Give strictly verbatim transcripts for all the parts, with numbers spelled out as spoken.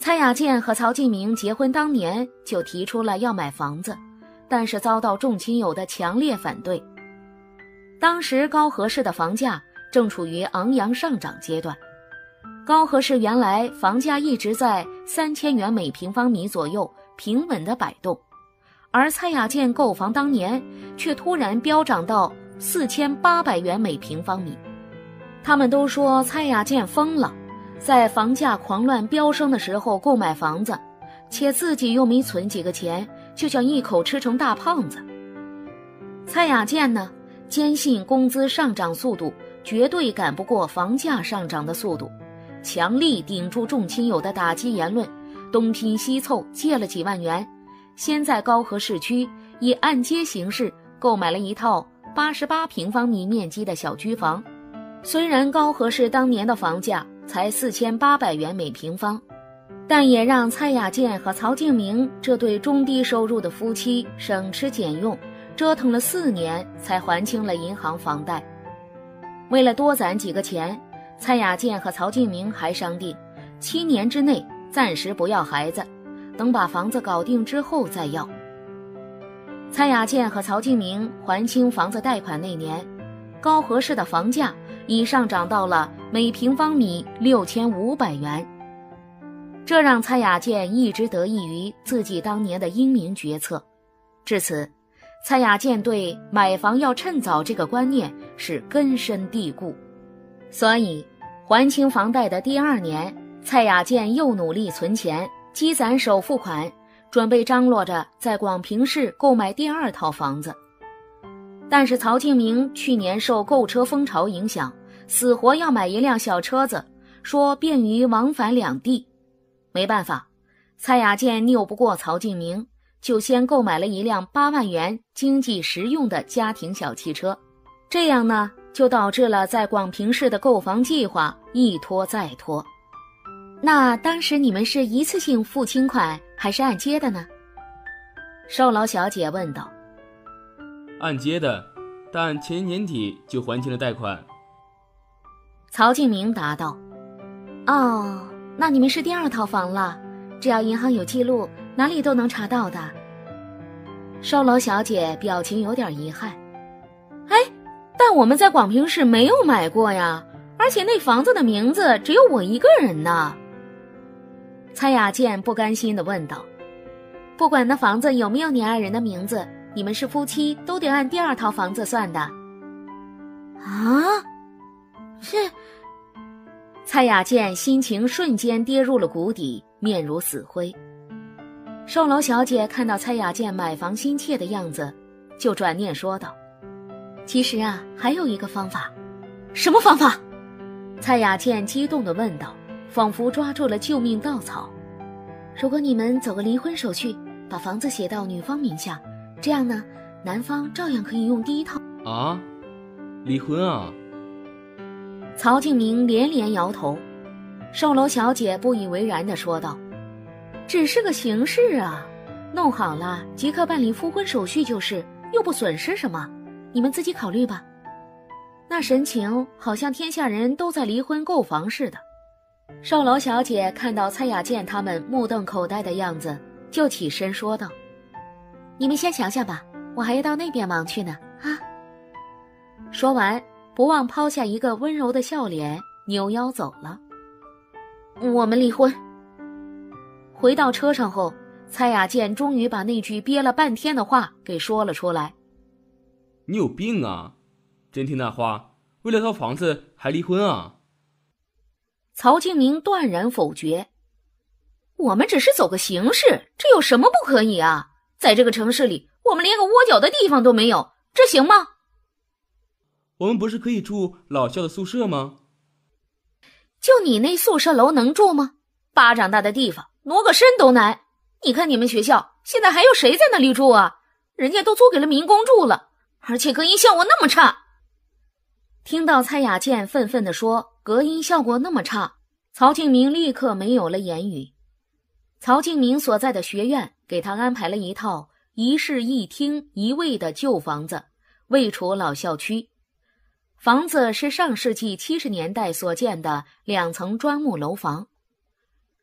蔡雅健和曹敬明结婚当年就提出了要买房子，但是遭到众亲友的强烈反对。当时高和市的房价正处于昂扬上涨阶段，高和市原来房价一直在三千元每平方米左右平稳地摆动，而蔡雅健购房当年却突然飙涨到四千八百元每平方米。他们都说蔡雅健疯了，在房价狂乱飙升的时候购买房子，且自己又没存几个钱，就想一口吃成大胖子。蔡雅健呢，坚信工资上涨速度绝对赶不过房价上涨的速度，强力顶住众亲友的打击言论，东拼西凑借了几万元，先在高和市区以按揭形式购买了一套八十八平方米面积的小居房。虽然高和市当年的房价才四千八百元每平方，但也让蔡雅健和曹敬明这对中低收入的夫妻省吃俭用，折腾了四年才还清了银行房贷。为了多攒几个钱，蔡雅健和曹敬明还商定七年之内暂时不要孩子，等把房子搞定之后再要。蔡雅健和曹敬明还清房子贷款那年，高和市的房价已上涨到了每平方米六千五百元，这让蔡雅健一直得益于自己当年的英明决策。至此，蔡雅健对买房要趁早这个观念是根深蒂固。所以还清房贷的第二年，蔡雅健又努力存钱，积攒首付款，准备张罗着在广平市购买第二套房子。但是曹敬明去年受购车风潮影响，死活要买一辆小车子，说便于往返两地。没办法，蔡雅健拗不过曹敬明，就先购买了一辆八万元经济实用的家庭小汽车。这样呢，就导致了在广平市的购房计划一拖再拖。那当时你们是一次性付清款还是按揭的呢？售楼小姐问道。 按揭的，但前年年底就还清了贷款。 曹敬明答道。哦，那你们是第二套房了，只要银行有记录，哪里都能查到的。售楼小姐表情有点遗憾。哎，但我们在广平市没有买过呀，而且那房子的名字只有我一个人呢。蔡雅健不甘心地问道。不管那房子有没有你爱人的名字，你们是夫妻都得按第二套房子算的。啊？是？蔡雅健心情瞬间跌入了谷底，面如死灰。售楼小姐看到蔡雅健买房心切的样子，就转念说道：其实啊，还有一个方法。什么方法？蔡雅健激动地问道，仿佛抓住了救命稻草。如果你们走个离婚手续，把房子写到女方名下，这样呢，男方照样可以用第一套。 啊？离婚啊？ 曹敬明连连摇头。售楼小姐不以为然地说道：只是个形式啊，弄好了即刻办理复婚手续就是，又不损失什么，你们自己考虑吧。那神情好像天下人都在离婚购房似的。售楼小姐看到蔡雅健他们目瞪口呆的样子，就起身说道：你们先想想吧，我还要到那边忙去呢啊。说完，不忘抛下一个温柔的笑脸，扭腰走了。我们离婚。回到车上后，蔡雅健终于把那句憋了半天的话给说了出来。 你有病啊，真听那话，为了套房子还离婚啊？ 曹敬明断然否决。我们只是走个形式，这有什么不可以啊？在这个城市里，我们连个窝脚的地方都没有，这行吗？ 我们不是可以住老校的宿舍吗？ 就你那宿舍楼能住吗？巴掌大的地方，挪个身都难。你看你们学校现在还有谁在那里住啊？人家都租给了民工住了，而且隔音效果那么差。听到蔡雅健愤愤地说隔音效果那么差，曹敬明立刻没有了言语。曹敬明所在的学院给他安排了一套一室一厅一卫的旧房子，位处老校区。房子是上世纪七十年代所建的两层砖木楼房。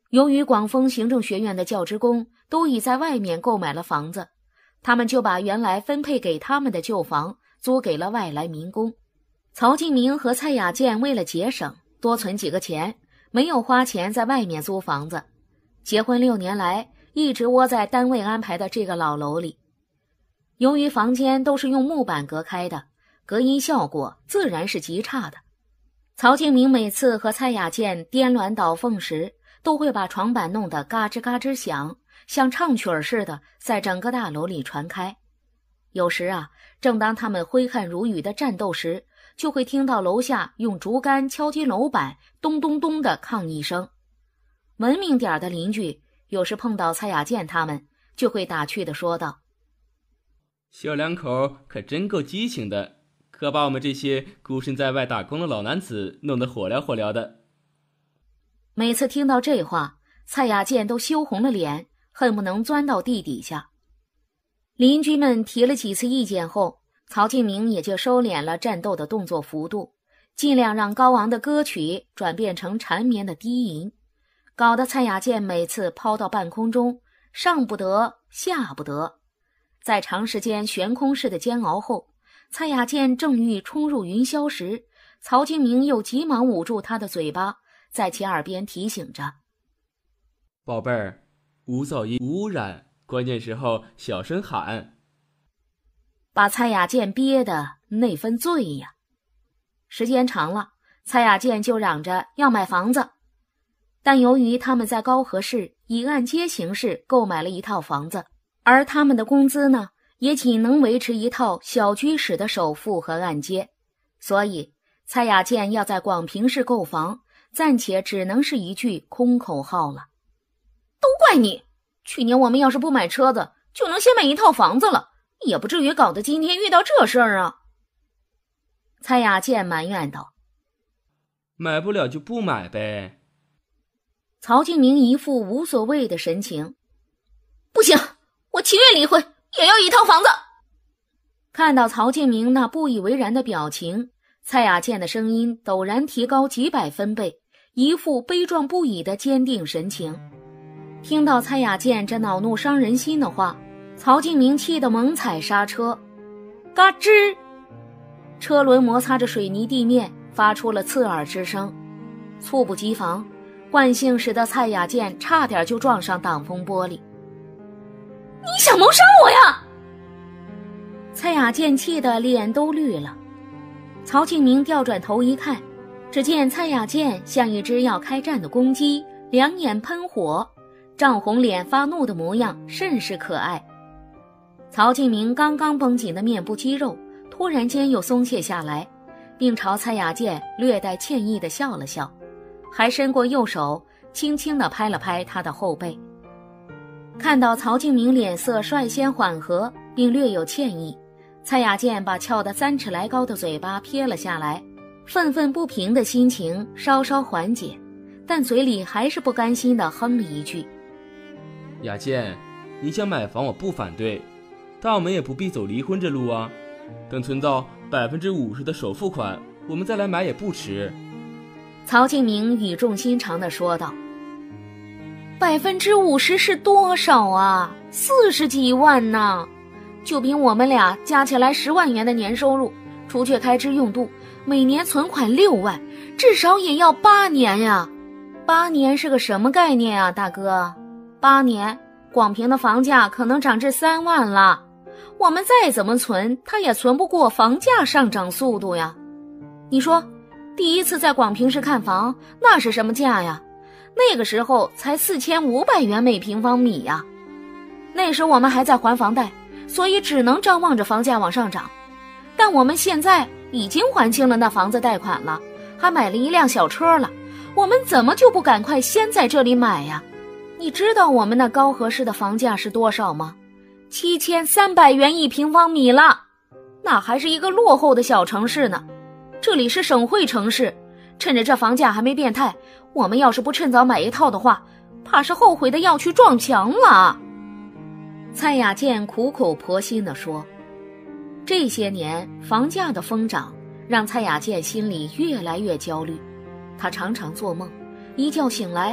由于广丰行政学院的教职工都已在外面购买了房子，他们就把原来分配给他们的旧房租给了外来民工。曹敬明和蔡雅健为了节省，多存几个钱，没有花钱在外面租房子。结婚六年来，一直窝在单位安排的这个老楼里。由于房间都是用木板隔开的，隔音效果自然是极差的。曹敬明每次和蔡雅健颠鸾倒凤时，都会把床板弄得嘎吱嘎吱响，像唱曲儿似的在整个大楼里传开。有时啊，正当他们挥汗如雨的战斗时，就会听到楼下用竹竿敲击楼板，咚咚咚的抗议声。文明点的邻居有时碰到蔡雅健他们，就会打趣地说道： 小两口可真够激情的，可把我们这些孤身在外打工的老男子弄得火燎火燎的。 每次听到这话，蔡雅健都羞红了脸，恨不能钻到地底下。邻居们提了几次意见后，曹敬明也就收敛了战斗的动作幅度，尽量让高昂的歌曲转变成缠绵的低吟，搞得蔡雅健每次抛到半空中，上不得下不得。在长时间悬空式的煎熬后，蔡雅健正欲冲入云霄时，曹敬明又急忙捂住他的嘴巴，在其耳边提醒着： 宝贝儿，无噪音无污染，关键时候小声喊。 把蔡雅健憋得那分醉呀。时间长了，蔡雅健就嚷着要买房子，但由于他们在高河市以按揭形式购买了一套房子，而他们的工资呢，也仅能维持一套小居室的首付和按揭，所以蔡雅健要在广平市购房，暂且只能是一句空口号了。都怪你，去年我们要是不买车子，就能先买一套房子了，也不至于搞得今天遇到这事儿啊。蔡雅健埋怨道： 买不了就不买呗。 曹敬明一副无所谓的神情：不行，我情愿离婚，也要一套房子。看到曹敬明那不以为然的表情，蔡雅健的声音陡然提高几百分贝，一副悲壮不已的坚定神情。听到蔡雅健这恼怒伤人心的话，曹敬明气得猛踩刹车，嘎吱，车轮摩擦着水泥地面，发出了刺耳之声。猝不及防，惯性使得蔡雅健差点就撞上挡风玻璃。你想谋杀我呀！蔡雅健气得脸都绿了。曹敬明调转头一看，只见蔡雅健像一只要开战的公鸡，两眼喷火，涨红脸发怒的模样甚是可爱。曹敬明刚刚绷紧的面部肌肉突然间又松懈下来，并朝蔡雅健略带歉意地笑了笑，还伸过右手轻轻地拍了拍他的后背。看到曹敬明脸色率先缓和并略有歉意，蔡雅健把翘得三尺来高的嘴巴撇了下来，愤愤不平的心情稍稍缓解，但嘴里还是不甘心地哼了一句： 雅健，你想买房我不反对，但我们也不必走离婚这路啊，等存到百分之五十的首付款，我们再来买也不迟。 曹敬明语重心长地说道：百分之五十是多少啊？四十几万呢！就凭我们俩加起来十万元的年收入，除却开支用度，每年存款六万，至少也要八年呀！八年是个什么概念啊，大哥？八年，广平的房价可能涨至三万了。我们再怎么存，它也存不过房价上涨速度呀。你说，第一次在广平市看房，那是什么价呀？那个时候才四千五百元每平方米呀。那时我们还在还房贷，所以只能张望着房价往上涨。但我们现在已经还清了那房子贷款了，还买了一辆小车了，我们怎么就不赶快先在这里买呀？你知道我们那高河市的房价是多少吗？七千三百元一平方米了，那还是一个落后的小城市呢。这里是省会城市，趁着这房价还没变态，我们要是不趁早买一套的话，怕是后悔的要去撞墙了。蔡雅健苦口婆心地说。这些年房价的疯涨让蔡雅健心里越来越焦虑，他常常做梦，一觉醒来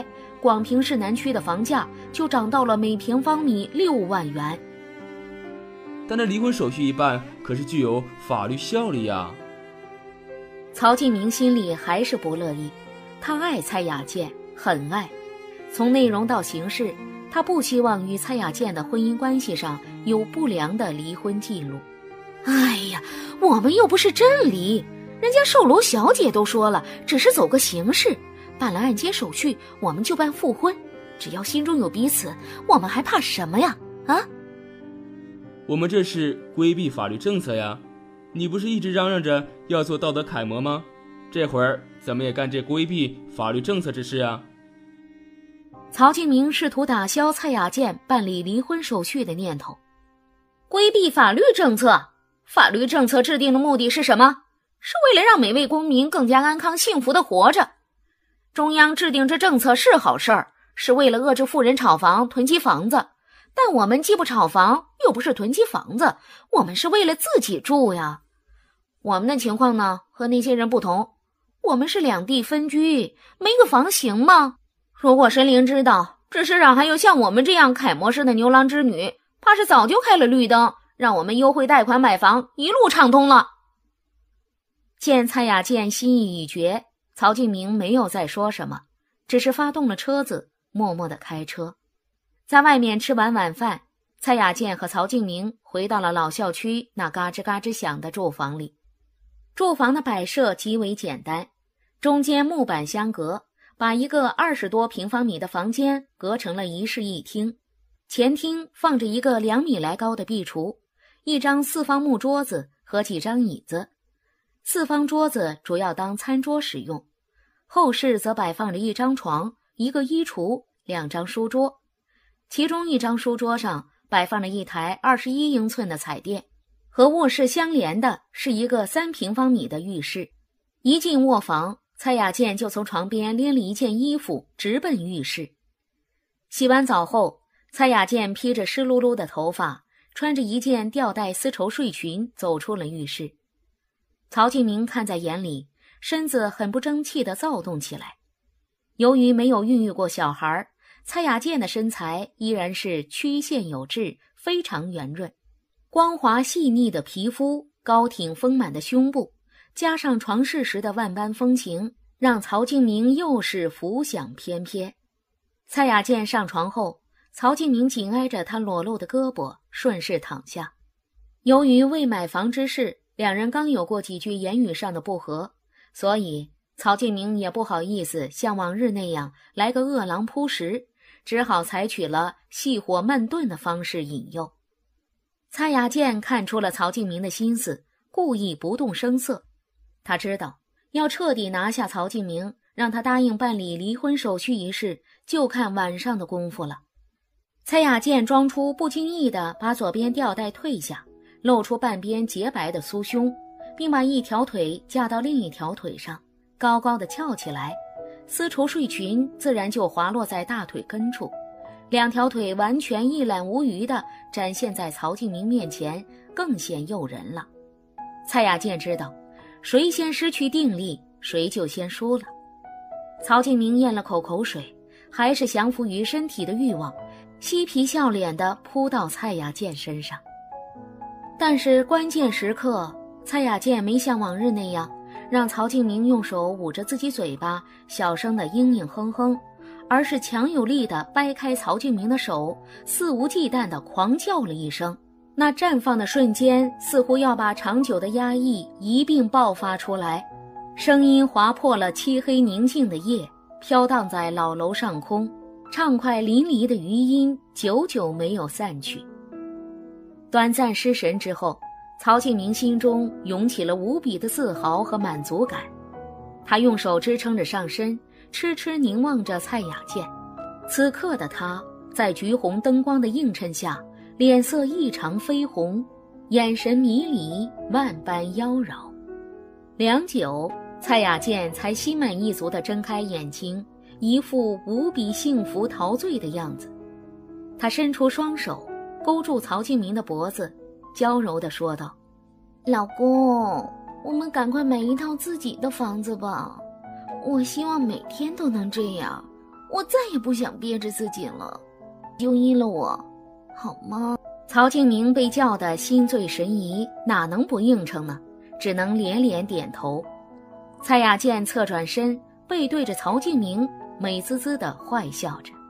广平市南区的房价就涨到了每平方米六万元。 但这离婚手续一办，可是具有法律效力呀。 曹敬明心里还是不乐意，他爱蔡雅健，很爱。从内容到形式，他不希望与蔡雅健的婚姻关系上有不良的离婚记录。哎呀，我们又不是真离，人家售楼小姐都说了，只是走个形式，办了按揭手续，我们就办复婚。只要心中有彼此，我们还怕什么呀？啊？ 我们这是规避法律政策呀。你不是一直嚷嚷着要做道德楷模吗？这会儿怎么也干这规避法律政策之事啊？ 曹敬明试图打消蔡雅健办理离婚手续的念头。规避法律政策？法律政策制定的目的是什么？是为了让每位公民更加安康幸福地活着。中央制定这政策是好事儿，是为了遏制富人炒房囤积房子，但我们既不炒房，又不是囤积房子，我们是为了自己住呀。我们的情况呢，和那些人不同，我们是两地分居，没个房行吗？如果神灵知道这世上还有像我们这样楷模式的牛郎织女，怕是早就开了绿灯，让我们优惠贷款买房，一路畅通了。见蔡雅健心意已决，曹敬明没有再说什么，只是发动了车子，默默地开车。在外面吃完晚饭，蔡雅健和曹敬明回到了老校区那嘎吱嘎吱响的住房里。住房的摆设极为简单，中间木板相隔，把一个二十多平方米的房间隔成了一室一厅。前厅放着一个两米来高的壁橱，一张四方木桌子和几张椅子。四方桌子主要当餐桌使用，后室则摆放着一张床、一个衣橱、两张书桌。其中一张书桌上摆放了一台二十一英寸的彩电，和卧室相连的是一个三平方米的浴室。一进卧房，蔡雅健就从床边拎了一件衣服，直奔浴室。洗完澡后，蔡雅健披着湿漉漉的头发，穿着一件吊带丝绸睡裙走出了浴室。曹敬明看在眼里，身子很不争气地躁动起来。由于没有孕育过小孩，蔡雅健的身材依然是曲线有致，非常圆润。光滑细腻的皮肤，高挺丰满的胸部，加上床事时的万般风情，让曹敬明又是浮想翩翩。蔡雅健上床后，曹敬明紧挨着她裸露的胳膊，顺势躺下。由于为买房之事，两人刚有过几句言语上的不和，所以曹敬明也不好意思像往日那样来个饿狼扑食，只好采取了细火慢炖的方式引诱。蔡雅健看出了曹敬明的心思，故意不动声色。他知道要彻底拿下曹敬明，让他答应办理离婚手续一事，就看晚上的功夫了。蔡雅健装出不经意地把左边吊带退下，露出半边洁白的酥胸，并把一条腿架到另一条腿上，高高的翘起来，丝绸睡裙自然就滑落在大腿根处，两条腿完全一览无余地展现在曹敬明面前，更显诱人了。蔡雅健知道，谁先失去定力，谁就先输了。曹敬明咽了口口水，还是降服于身体的欲望，嬉皮笑脸地扑到蔡雅健身上。但是关键时刻，蔡雅健没像往日那样让曹敬明用手捂着自己嘴巴小声的嘤嘤哼哼，而是强有力地掰开曹敬明的手，肆无忌惮地狂叫了一声。那绽放的瞬间，似乎要把长久的压抑一并爆发出来，声音划破了漆黑宁静的夜，飘荡在老楼上空，畅快淋漓的余音久久没有散去。短暂失神之后，曹敬明心中涌起了无比的自豪和满足感。他用手支撑着上身，痴痴凝望着蔡雅健。此刻的他在橘红灯光的映衬下，脸色异常绯红，眼神迷离，万般妖娆。良久，蔡雅健才心满意足地睁开眼睛，一副无比幸福陶醉的样子。他伸出双手勾住曹敬明的脖子，娇柔地说道：老公，我们赶快买一套自己的房子吧，我希望每天都能这样， 我再也不想憋着自己了，就依了我，好吗？曹敬明被叫得心醉神怡，哪能不应承呢？只能连连点头。蔡雅健侧转身，背对着曹敬明，美滋滋地坏笑着。